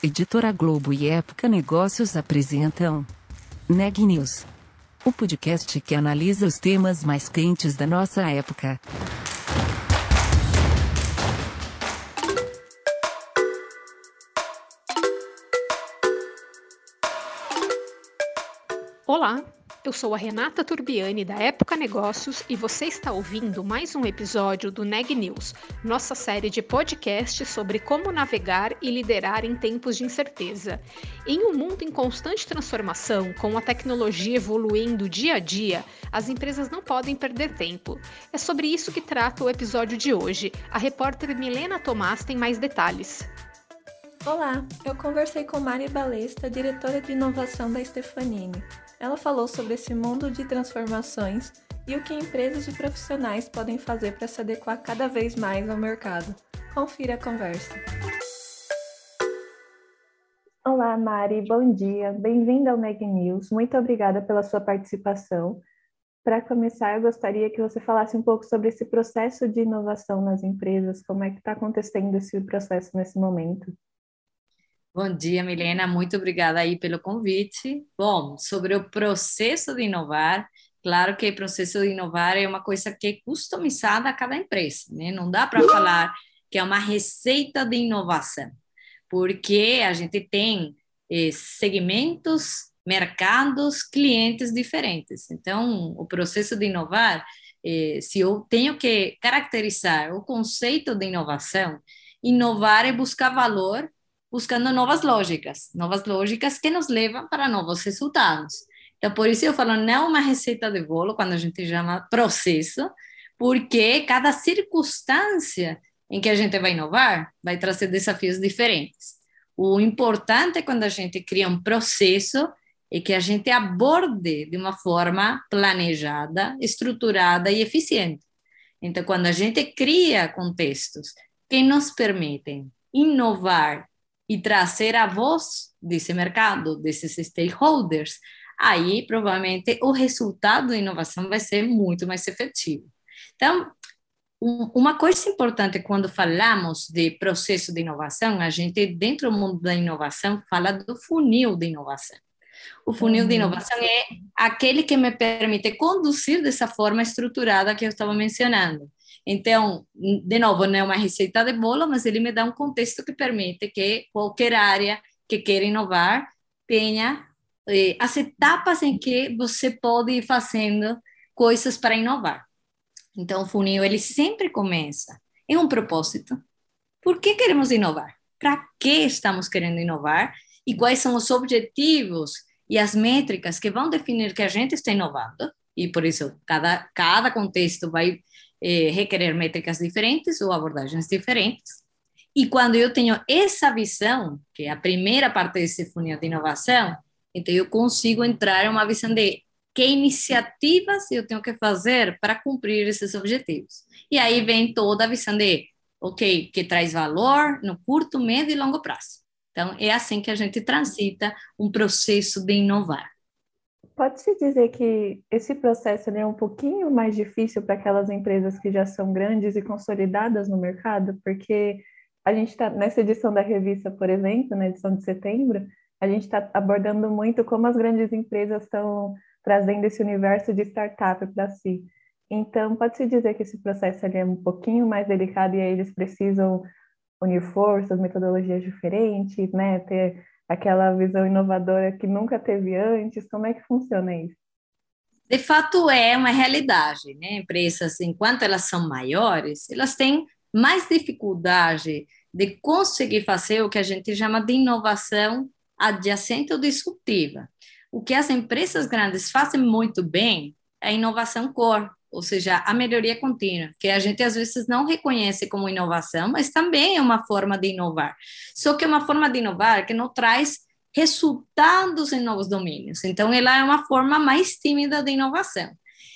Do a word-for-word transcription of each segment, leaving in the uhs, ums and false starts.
Editora Globo e Época Negócios apresentam Neg News, o podcast que analisa os temas mais quentes da nossa época. Olá, eu sou a Renata Turbiani da Época Negócios e você está ouvindo mais um episódio do Neg News, nossa série de podcasts sobre como navegar e liderar em tempos de incerteza. Em um mundo em constante transformação, com a tecnologia evoluindo dia a dia, as empresas não podem perder tempo. É sobre isso que trata o episódio de hoje. A repórter Milena Tomás tem mais detalhes. Olá, eu conversei com Mari Balesta, diretora de inovação da Stefanini. Ela falou sobre esse mundo de transformações e o que empresas e profissionais podem fazer para se adequar cada vez mais ao mercado. Confira a conversa. Olá, Mari, bom dia. Bem-vinda ao Neg News. Muito obrigada pela sua participação. Para começar, eu gostaria que você falasse um pouco sobre esse processo de inovação nas empresas, como é que está acontecendo esse processo nesse momento. Bom dia, Milena. Muito obrigada aí pelo convite. Bom, sobre o processo de inovar, claro que o processo de inovar é uma coisa que é customizada a cada empresa, né? Não dá para falar que é uma receita de inovação, porque a gente tem eh, segmentos, mercados, clientes diferentes. Então, o processo de inovar, eh, se eu tenho que caracterizar o conceito de inovação, inovar é buscar valor buscando novas lógicas, novas lógicas que nos levam para novos resultados. Então, por isso eu falo, não uma receita de bolo, quando a gente chama processo, porque cada circunstância em que a gente vai inovar vai trazer desafios diferentes. O importante quando a gente cria um processo é que a gente aborde de uma forma planejada, estruturada e eficiente. Então, quando a gente cria contextos que nos permitem inovar e trazer a voz desse mercado, desses stakeholders, aí provavelmente o resultado da inovação vai ser muito mais efetivo. Então, um, uma coisa importante quando falamos de processo de inovação, a gente dentro do mundo da inovação fala do funil de inovação. O funil uhum. de inovação é aquele que me permite conduzir dessa forma estruturada que eu estava mencionando. Então, de novo, não é uma receita de bolo, mas ele me dá um contexto que permite que qualquer área que queira inovar tenha eh, as etapas em que você pode ir fazendo coisas para inovar. Então, o funil, ele sempre começa em um propósito. Por que queremos inovar? Para que estamos querendo inovar? E quais são os objetivos e as métricas que vão definir que a gente está inovando? E, por isso, cada, cada contexto vai Eh, requerer métricas diferentes ou abordagens diferentes. E quando eu tenho essa visão, que é a primeira parte desse funil de inovação, então eu consigo entrar em uma visão de que iniciativas eu tenho que fazer para cumprir esses objetivos. E aí vem toda a visão de, ok, que traz valor no curto, médio e longo prazo. Então, é assim que a gente transita um processo de inovar. Pode-se dizer que esse processo é um pouquinho mais difícil para aquelas empresas que já são grandes e consolidadas no mercado, porque a gente está, nessa edição da revista, por exemplo, na edição de setembro, a gente está abordando muito como as grandes empresas estão trazendo esse universo de startup para si. Então, pode-se dizer que esse processo é um pouquinho mais delicado e aí eles precisam unir forças, metodologias diferentes, né? Ter aquela visão inovadora que nunca teve antes. Como é que funciona isso? De fato, é uma realidade, né? Empresas, enquanto elas são maiores, elas têm mais dificuldade de conseguir fazer o que a gente chama de inovação adjacente ou disruptiva. O que as empresas grandes fazem muito bem é a inovação core, ou seja, a melhoria contínua, que a gente às vezes não reconhece como inovação, mas também é uma forma de inovar. Só que é uma forma de inovar que não traz resultados em novos domínios. Então, ela é uma forma mais tímida de inovação.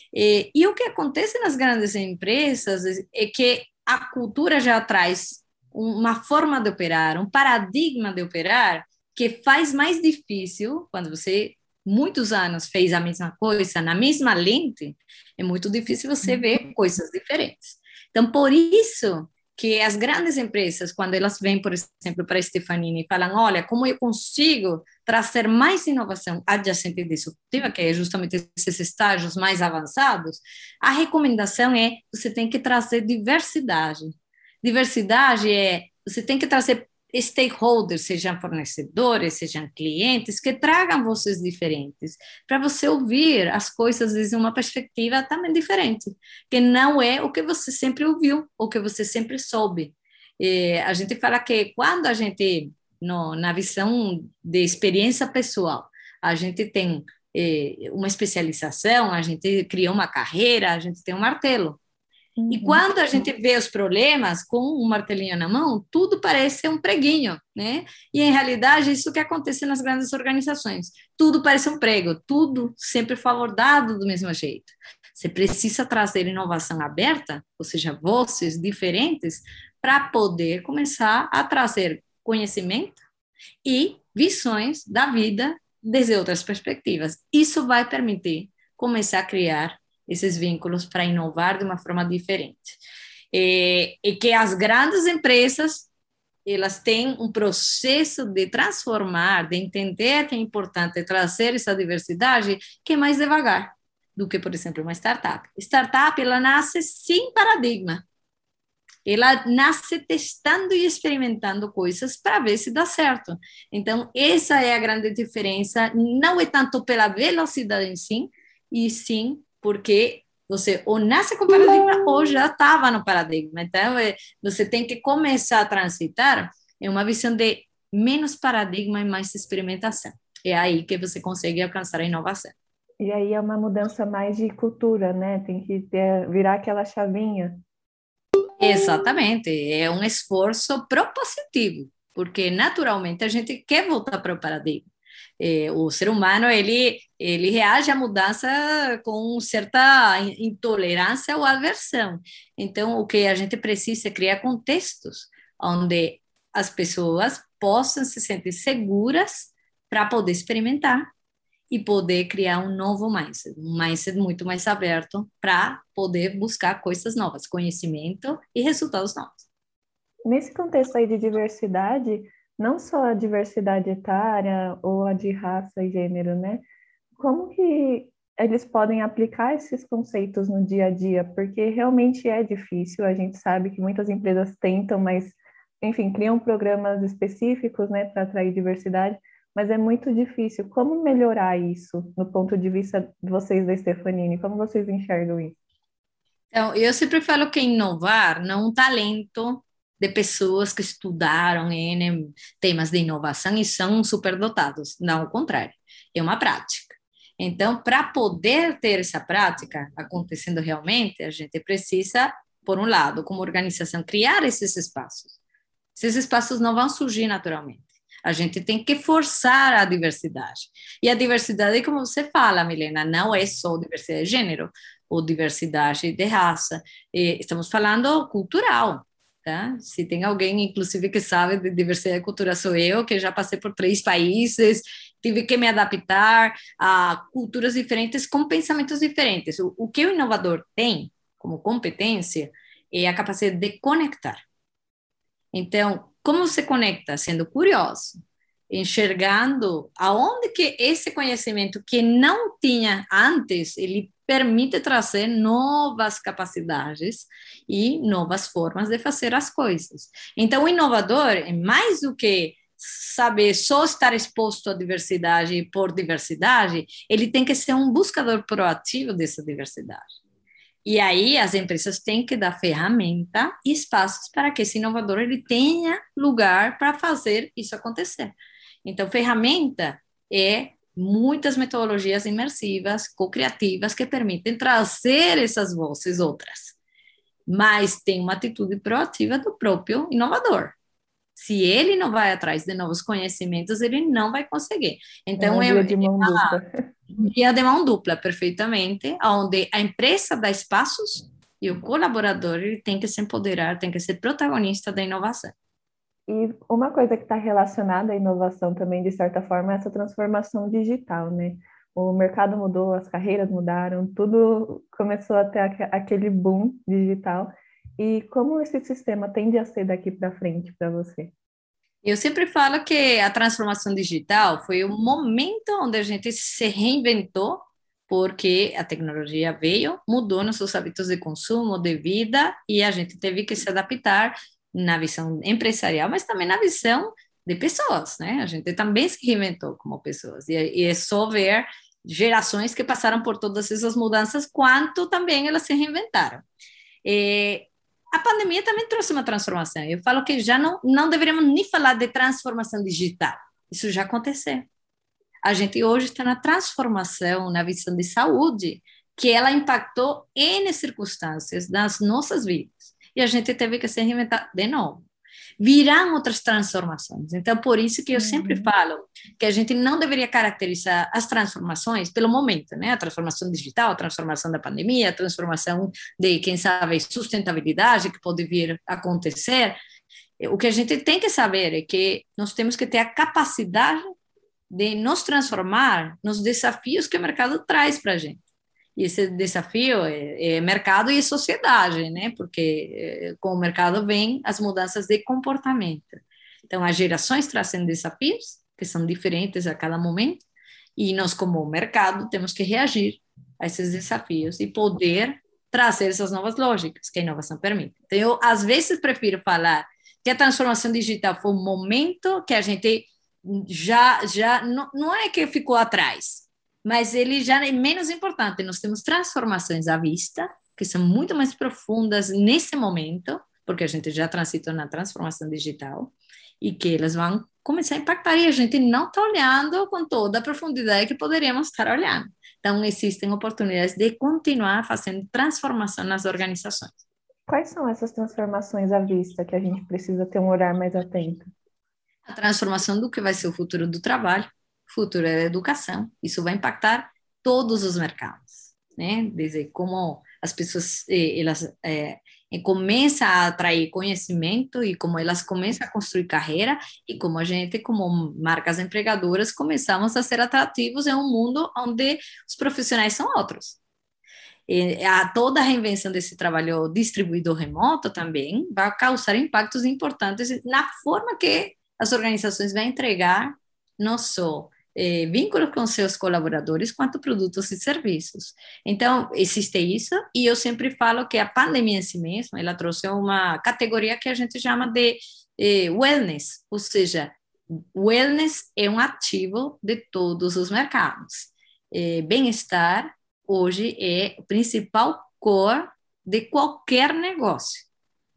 E, e o que acontece nas grandes empresas é que a cultura já traz uma forma de operar, um paradigma de operar que faz mais difícil, quando você muitos anos fez a mesma coisa, na mesma lente, é muito difícil você ver coisas diferentes. Então, por isso que as grandes empresas, quando elas vêm, por exemplo, para a Stefanini e falam, olha, como eu consigo trazer mais inovação adjacente e disruptiva, que é justamente esses estágios mais avançados, a recomendação é, você tem que trazer diversidade. Diversidade é, você tem que trazer stakeholders, sejam fornecedores, sejam clientes, que tragam vozes diferentes, para você ouvir as coisas desde uma perspectiva também diferente, que não é o que você sempre ouviu, o que você sempre soube. E a gente fala que quando a gente, no, na visão de experiência pessoal, a gente tem eh, uma especialização, a gente cria uma carreira, a gente tem um martelo. E quando a gente vê os problemas com um martelinho na mão, tudo parece um preguinho, né? E, em realidade, isso que acontece nas grandes organizações. Tudo parece um prego, tudo sempre foi abordado do mesmo jeito. Você precisa trazer inovação aberta, ou seja, vozes diferentes, para poder começar a trazer conhecimento e visões da vida desde outras perspectivas. Isso vai permitir começar a criar esses vínculos para inovar de uma forma diferente. E, e que as grandes empresas, elas têm um processo de transformar, de entender que é importante trazer essa diversidade, que é mais devagar do que, por exemplo, uma startup. Startup, ela nasce sem paradigma. Ela nasce testando e experimentando coisas para ver se dá certo. Então, essa é a grande diferença. Não é tanto pela velocidade em si, e sim porque você ou nasce com paradigma ou já estava no paradigma. Então, você tem que começar a transitar em uma visão de menos paradigma e mais experimentação. É aí que você consegue alcançar a inovação. E aí é uma mudança mais de cultura, né? Tem que ter, virar aquela chavinha. Exatamente. É um esforço propositivo, porque naturalmente a gente quer voltar para o paradigma. É, o ser humano ele ele reage à mudança com certa intolerância ou aversão. Então, o que a gente precisa é criar contextos onde as pessoas possam se sentir seguras para poder experimentar e poder criar um novo mindset, um mindset muito mais aberto para poder buscar coisas novas, conhecimento e resultados novos. Nesse contexto aí de diversidade, não só a diversidade etária ou a de raça e gênero, né? Como que eles podem aplicar esses conceitos no dia a dia? Porque realmente é difícil, a gente sabe que muitas empresas tentam, mas, enfim, criam programas específicos, né, para atrair diversidade, mas é muito difícil. Como melhorar isso, no ponto de vista de vocês da Stefanini? Como vocês enxergam isso? Então, eu sempre falo que inovar não é um talento de pessoas que estudaram em temas de inovação e são superdotados. Não, ao contrário, é uma prática. Então, para poder ter essa prática acontecendo realmente, a gente precisa, por um lado, como organização, criar esses espaços. Esses espaços não vão surgir naturalmente. A gente tem que forçar a diversidade. E a diversidade, como você fala, Milena, não é só diversidade de gênero ou diversidade de raça. Estamos falando cultural. Tá? Se tem alguém, inclusive, que sabe de diversidade cultural, sou eu, que já passei por três países, tive que me adaptar a culturas diferentes com pensamentos diferentes. O, o que o inovador tem como competência é a capacidade de conectar. Então, como você conecta? Sendo curioso, enxergando aonde que esse conhecimento que não tinha antes, ele permite trazer novas capacidades e novas formas de fazer as coisas. Então, o inovador é mais do que saber só estar exposto à diversidade por diversidade, ele tem que ser um buscador proativo dessa diversidade. E aí as empresas têm que dar ferramenta e espaços para que esse inovador ele tenha lugar para fazer isso acontecer. Então, ferramenta é muitas metodologias imersivas, co-criativas, que permitem trazer essas vozes outras. Mas tem uma atitude proativa do próprio inovador. Se ele não vai atrás de novos conhecimentos, ele não vai conseguir. Então, é uma via de mão dupla. Via de mão dupla, perfeitamente, onde a empresa dá espaços e o colaborador ele tem que se empoderar, tem que ser protagonista da inovação. E uma coisa que está relacionada à inovação também, de certa forma, é essa transformação digital, né? O mercado mudou, as carreiras mudaram, tudo começou a ter aquele boom digital. E como esse sistema tende a ser daqui para frente para você? Eu sempre falo que a transformação digital foi o momento onde a gente se reinventou, porque a tecnologia veio, mudou nossos hábitos de consumo, de vida, e a gente teve que se adaptar na visão empresarial, mas também na visão de pessoas, né? A gente também se reinventou como pessoas, e, e é só ver gerações que passaram por todas essas mudanças, quanto também elas se reinventaram. É, a pandemia também trouxe uma transformação. Eu falo que já não, não deveríamos nem falar de transformação digital. Isso já aconteceu. A gente hoje está na transformação, na visão de saúde, que ela impactou N circunstâncias nas nossas vidas. E a gente teve que se reinventar de novo. Virão outras transformações. Então, por isso que eu sempre Uhum. falo que a gente não deveria caracterizar as transformações pelo momento, né? A transformação digital, a transformação da pandemia, a transformação de, quem sabe, sustentabilidade que pode vir a acontecer. O que a gente tem que saber é que nós temos que ter a capacidade de nos transformar nos desafios que o mercado traz para a gente. E esse desafio é, é mercado e sociedade, né? Porque é, com o mercado vem as mudanças de comportamento. Então, as gerações trazem desafios que são diferentes a cada momento, e nós, como mercado, temos que reagir a esses desafios e poder trazer essas novas lógicas que a inovação permite. Então, eu, às vezes, prefiro falar que a transformação digital foi um momento que a gente já, já não, não é que ficou atrás, mas ele já é menos importante. Nós temos transformações à vista, que são muito mais profundas nesse momento, porque a gente já transitou na transformação digital, e que elas vão começar a impactar, e a gente não está olhando com toda a profundidade que poderíamos estar olhando. Então, existem oportunidades de continuar fazendo transformação nas organizações. Quais são essas transformações à vista que a gente precisa ter um olhar mais atento? A transformação do que vai ser o futuro do trabalho, futuro da educação. Isso vai impactar todos os mercados, né? Desde como as pessoas elas é, começam a atrair conhecimento, e como elas começam a construir carreira, e como a gente, como marcas empregadoras, começamos a ser atrativos em um mundo onde os profissionais são outros. E a toda a reinvenção desse trabalho distribuído remoto também vai causar impactos importantes na forma que as organizações vão entregar não só eh, vínculos com seus colaboradores, quanto produtos e serviços. Então, existe isso, e eu sempre falo que a pandemia em si mesma, ela trouxe uma categoria que a gente chama de eh, wellness, ou seja, wellness é um ativo de todos os mercados. Eh, bem-estar, hoje, é o principal core de qualquer negócio.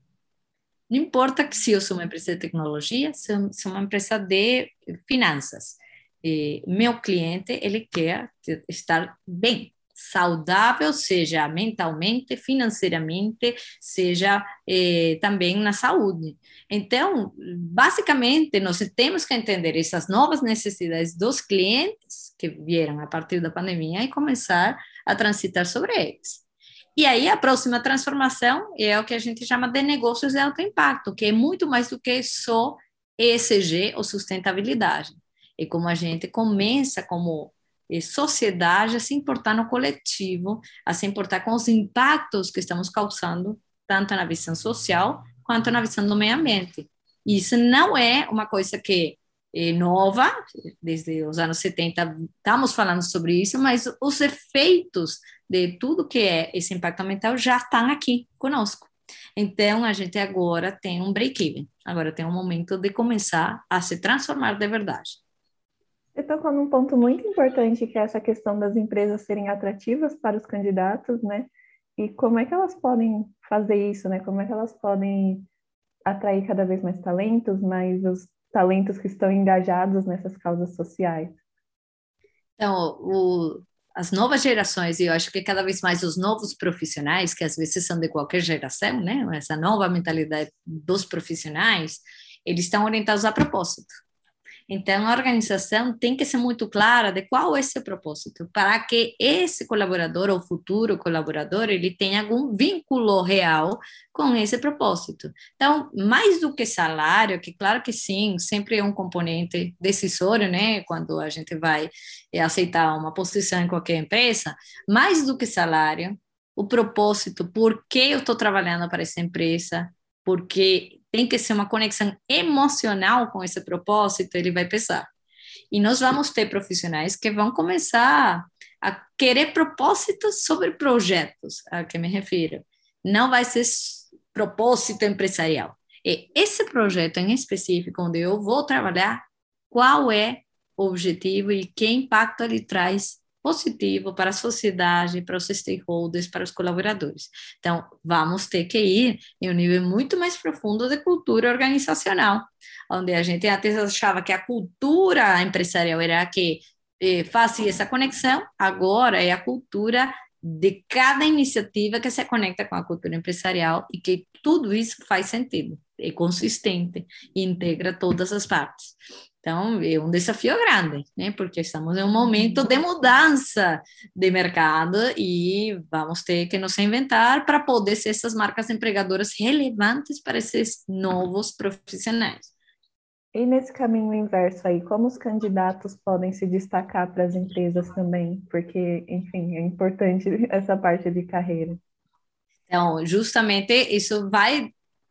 Não importa que se eu sou uma empresa de tecnologia, se eu sou uma empresa de finanças. Eh, meu cliente, ele quer estar bem, saudável, seja mentalmente, financeiramente, seja eh, também na saúde. Então, basicamente, nós temos que entender essas novas necessidades dos clientes que vieram a partir da pandemia e começar a transitar sobre eles. E aí, a próxima transformação é o que a gente chama de negócios de alto impacto, que é muito mais do que só E S G ou sustentabilidade. É como a gente começa, como sociedade, a se importar no coletivo, a se importar com os impactos que estamos causando, tanto na visão social, quanto na visão do meio ambiente. E isso não é uma coisa que é nova, desde os anos setenta estamos falando sobre isso, mas os efeitos de tudo que é esse impacto ambiental já estão aqui conosco. Então, a gente agora tem um break-even, agora tem um momento de começar a se transformar de verdade. Você tocou num ponto muito importante, que é essa questão das empresas serem atrativas para os candidatos, né? E como é que elas podem fazer isso, né? Como é que elas podem atrair cada vez mais talentos, mas os talentos que estão engajados nessas causas sociais? Então, o, as novas gerações, e eu acho que cada vez mais os novos profissionais, que às vezes são de qualquer geração, né? Essa nova mentalidade dos profissionais, eles estão orientados a propósito. Então, a organização tem que ser muito clara de qual é seu propósito, para que esse colaborador ou futuro colaborador, ele tenha algum vínculo real com esse propósito. Então, mais do que salário, que claro que sim, sempre é um componente decisório, né, quando a gente vai aceitar uma posição em qualquer empresa, mais do que salário, o propósito, por que eu estou trabalhando para essa empresa, porque tem que ser uma conexão emocional com esse propósito, ele vai pesar. E nós vamos ter profissionais que vão começar a querer propósitos sobre projetos, a que me refiro. Não vai ser propósito empresarial. É esse projeto em específico, onde eu vou trabalhar, qual é o objetivo e que impacto ele traz positivo para a sociedade, para os stakeholders, para os colaboradores. Então, vamos ter que ir em um nível muito mais profundo de cultura organizacional, onde a gente antes achava que a cultura empresarial era a que eh, fazia essa conexão, agora é a cultura de cada iniciativa que se conecta com a cultura empresarial e que tudo isso faz sentido, é consistente e integra todas as partes. Então, é um desafio grande, né? Porque estamos em um momento de mudança de mercado e vamos ter que nos inventar para poder ser essas marcas empregadoras relevantes para esses novos profissionais. E nesse caminho inverso aí, como os candidatos podem se destacar para as empresas também? Porque, enfim, é importante essa parte de carreira. Então, justamente isso vai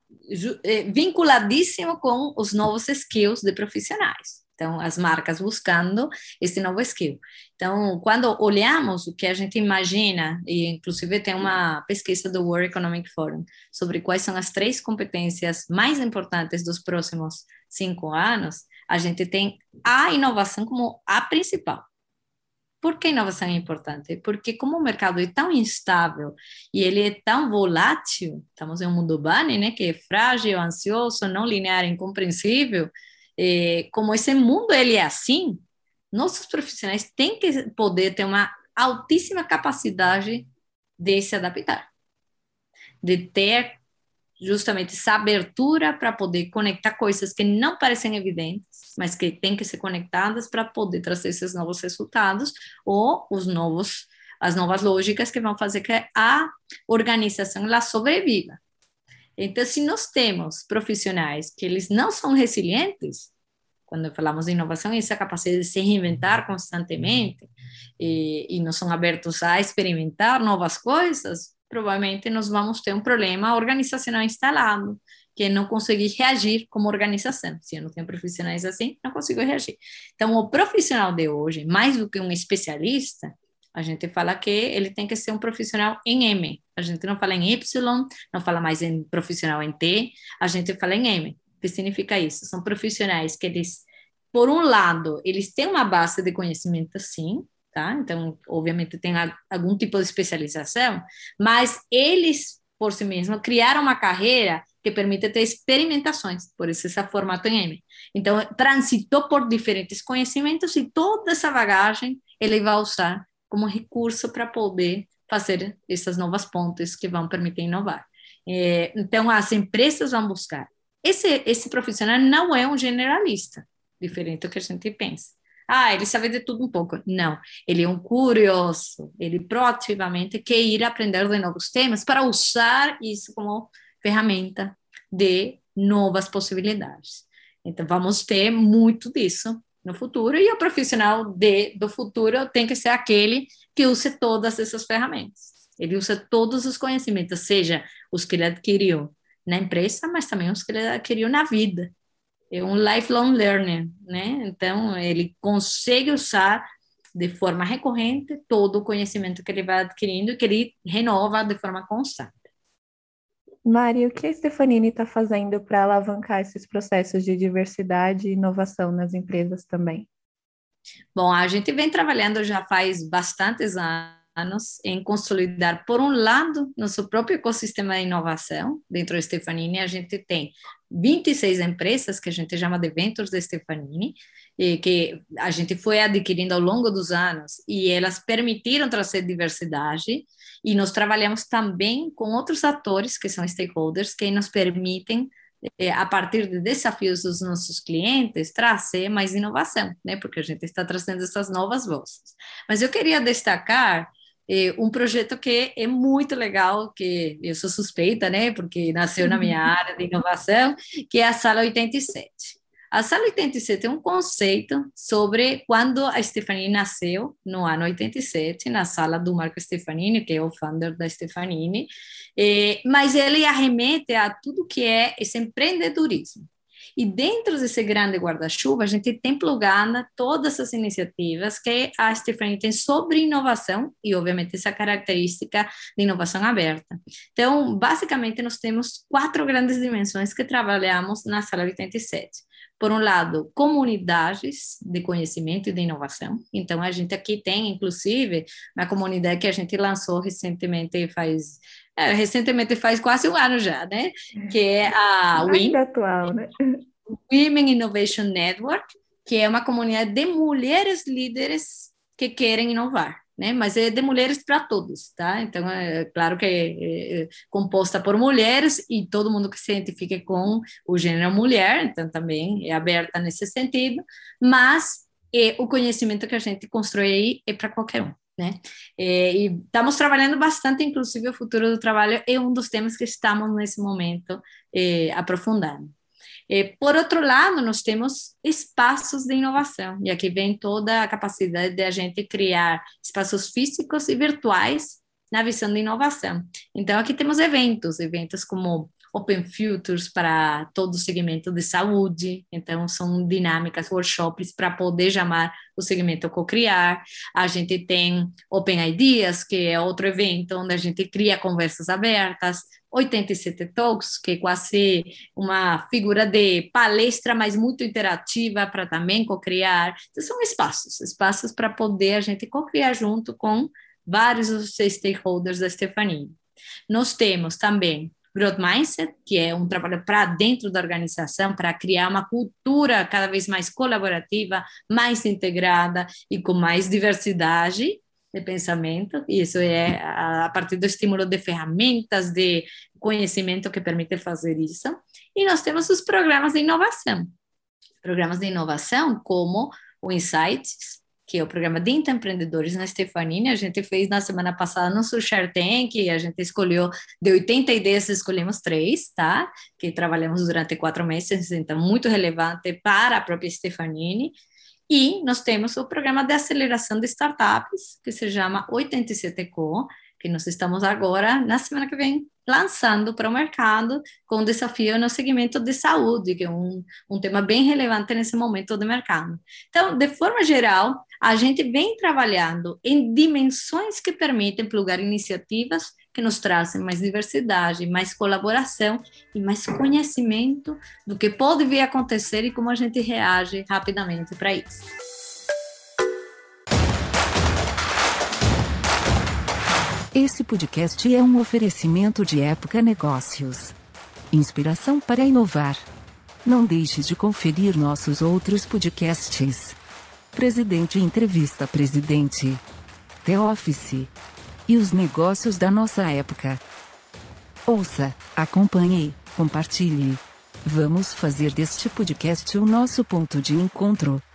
vinculadíssimo com os novos skills de profissionais. Então, as marcas buscando esse novo skill. Então, quando olhamos o que a gente imagina, e inclusive tem uma pesquisa do World Economic Forum sobre quais são as três competências mais importantes dos próximos cinco anos, a gente tem a inovação como a principal. Por que a inovação é importante? Porque como o mercado é tão instável e ele é tão volátil, estamos em um mundo bunny, né, que é frágil, ansioso, não linear, incompreensível, eh, como esse mundo ele é assim, nossos profissionais têm que poder ter uma altíssima capacidade de se adaptar, de ter justamente essa abertura para poder conectar coisas que não parecem evidentes, mas que têm que ser conectadas para poder trazer esses novos resultados ou os novos, as novas lógicas que vão fazer que a organização ela sobreviva. Então, se nós temos profissionais que eles não são resilientes, quando falamos de inovação, essa capacidade de se reinventar constantemente e, e não são abertos a experimentar novas coisas, provavelmente nós vamos ter um problema organizacional instalado, que é não conseguir reagir como organização. Se eu não tenho profissionais assim, não consigo reagir. Então, o profissional de hoje, mais do que um especialista, a gente fala que ele tem que ser um profissional em M. A gente não fala em Y, não fala mais em profissional em T, a gente fala em M. O que significa isso? São profissionais que eles, por um lado, eles têm uma base de conhecimento, sim, tá? Então, obviamente, tem algum tipo de especialização, mas eles, por si mesmos, criaram uma carreira que permite ter experimentações, por isso esse formato em M. Então, transitou por diferentes conhecimentos e toda essa bagagem ele vai usar como recurso para poder fazer essas novas pontes que vão permitir inovar. É, então, as empresas vão buscar. Esse, esse profissional não é um generalista, diferente do que a gente pensa. Ah, ele sabe de tudo um pouco. Não, ele é um curioso, ele proativamente quer ir aprender de novos temas para usar isso como ferramenta de novas possibilidades. Então, vamos ter muito disso no futuro, e o profissional de, do futuro tem que ser aquele que use todas essas ferramentas. Ele usa todos os conhecimentos, seja os que ele adquiriu na empresa, mas também os que ele adquiriu na vida. É um lifelong learner, né? Então, ele consegue usar de forma recorrente todo o conhecimento que ele vai adquirindo e que ele renova de forma constante. Mari, o que a Stefanini está fazendo para alavancar esses processos de diversidade e inovação nas empresas também? Bom, a gente vem trabalhando já faz bastantes anos em consolidar, por um lado, nosso próprio ecossistema de inovação. Dentro da Stefanini, a gente tem vinte e seis empresas que a gente chama de Ventures da Stefanini, e que a gente foi adquirindo ao longo dos anos, e elas permitiram trazer diversidade, e nós trabalhamos também com outros atores, que são stakeholders, que nos permitem, a partir de desafios dos nossos clientes, trazer mais inovação, né? Porque a gente está trazendo essas novas vozes. Mas eu queria destacar eh, um projeto que é muito legal, que eu sou suspeita, né? Porque nasceu na minha área de inovação, que é a Sala oitenta e sete. A Sala oitenta e sete é um conceito sobre quando a Stefanini nasceu, no ano oitenta e sete, na sala do Marco Stefanini, que é o founder da Stefanini, eh, mas ele arremete a tudo que é esse empreendedorismo. E dentro desse grande guarda-chuva, a gente tem plugada todas as iniciativas que a Stefanini tem sobre inovação e, obviamente, essa característica de inovação aberta. Então, basicamente, nós temos quatro grandes dimensões que trabalhamos na Sala oitenta e sete. Por um lado, comunidades de conhecimento e de inovação. Então, a gente aqui tem, inclusive, uma comunidade que a gente lançou recentemente, faz, é, recentemente faz quase um ano já, né? Que é a W I N, atual, né? Women Innovation Network, que é uma comunidade de mulheres líderes que querem inovar, né? Mas é de mulheres para todos, tá? Então, é claro que é, é composta por mulheres e todo mundo que se identifique com o gênero mulher, então também é aberta nesse sentido, mas é, o conhecimento que a gente constrói aí é para qualquer um, né? É, e estamos trabalhando bastante, inclusive o futuro do trabalho é um dos temas que estamos nesse momento é, aprofundando. Por outro lado, nós temos espaços de inovação, e aqui vem toda a capacidade de a gente criar espaços físicos e virtuais na visão de inovação. Então, aqui temos eventos, eventos como Open Futures para todo o segmento de saúde, então são dinâmicas, workshops para poder chamar o segmento co-criar. A gente tem Open Ideas, que é outro evento onde a gente cria conversas abertas, oitenta e sete Talks, que é quase uma figura de palestra, mas muito interativa para também co-criar. Então, são espaços, espaços para poder a gente co-criar junto com vários dos stakeholders da Stefanini. Nós temos também Growth Mindset, que é um trabalho para dentro da organização, para criar uma cultura cada vez mais colaborativa, mais integrada e com mais diversidade de pensamento. E isso é a partir do estímulo de ferramentas de conhecimento que permite fazer isso. E nós temos os programas de inovação. Programas de inovação como o Insights, que é o programa de empreendedores na Stefanini. A gente fez na semana passada no Shark Tank, a gente escolheu, de oitenta ideias, escolhemos três, tá? Que trabalhamos durante quatro meses, então muito relevante para a própria Stefanini. E nós temos o programa de aceleração de startups, que se chama oitenta e sete Co, que nós estamos agora, na semana que vem, lançando para o mercado com um desafio no segmento de saúde, que é um, um tema bem relevante nesse momento do mercado. Então, de forma geral, a gente vem trabalhando em dimensões que permitem plugar iniciativas que nos trazem mais diversidade, mais colaboração e mais conhecimento do que pode vir a acontecer e como a gente reage rapidamente para isso. Esse podcast é um oferecimento de Época Negócios. Inspiração para inovar. Não deixe de conferir nossos outros podcasts. Presidente Entrevista Presidente. The Office. E os negócios da nossa época. Ouça, acompanhe, compartilhe. Vamos fazer deste podcast o nosso ponto de encontro.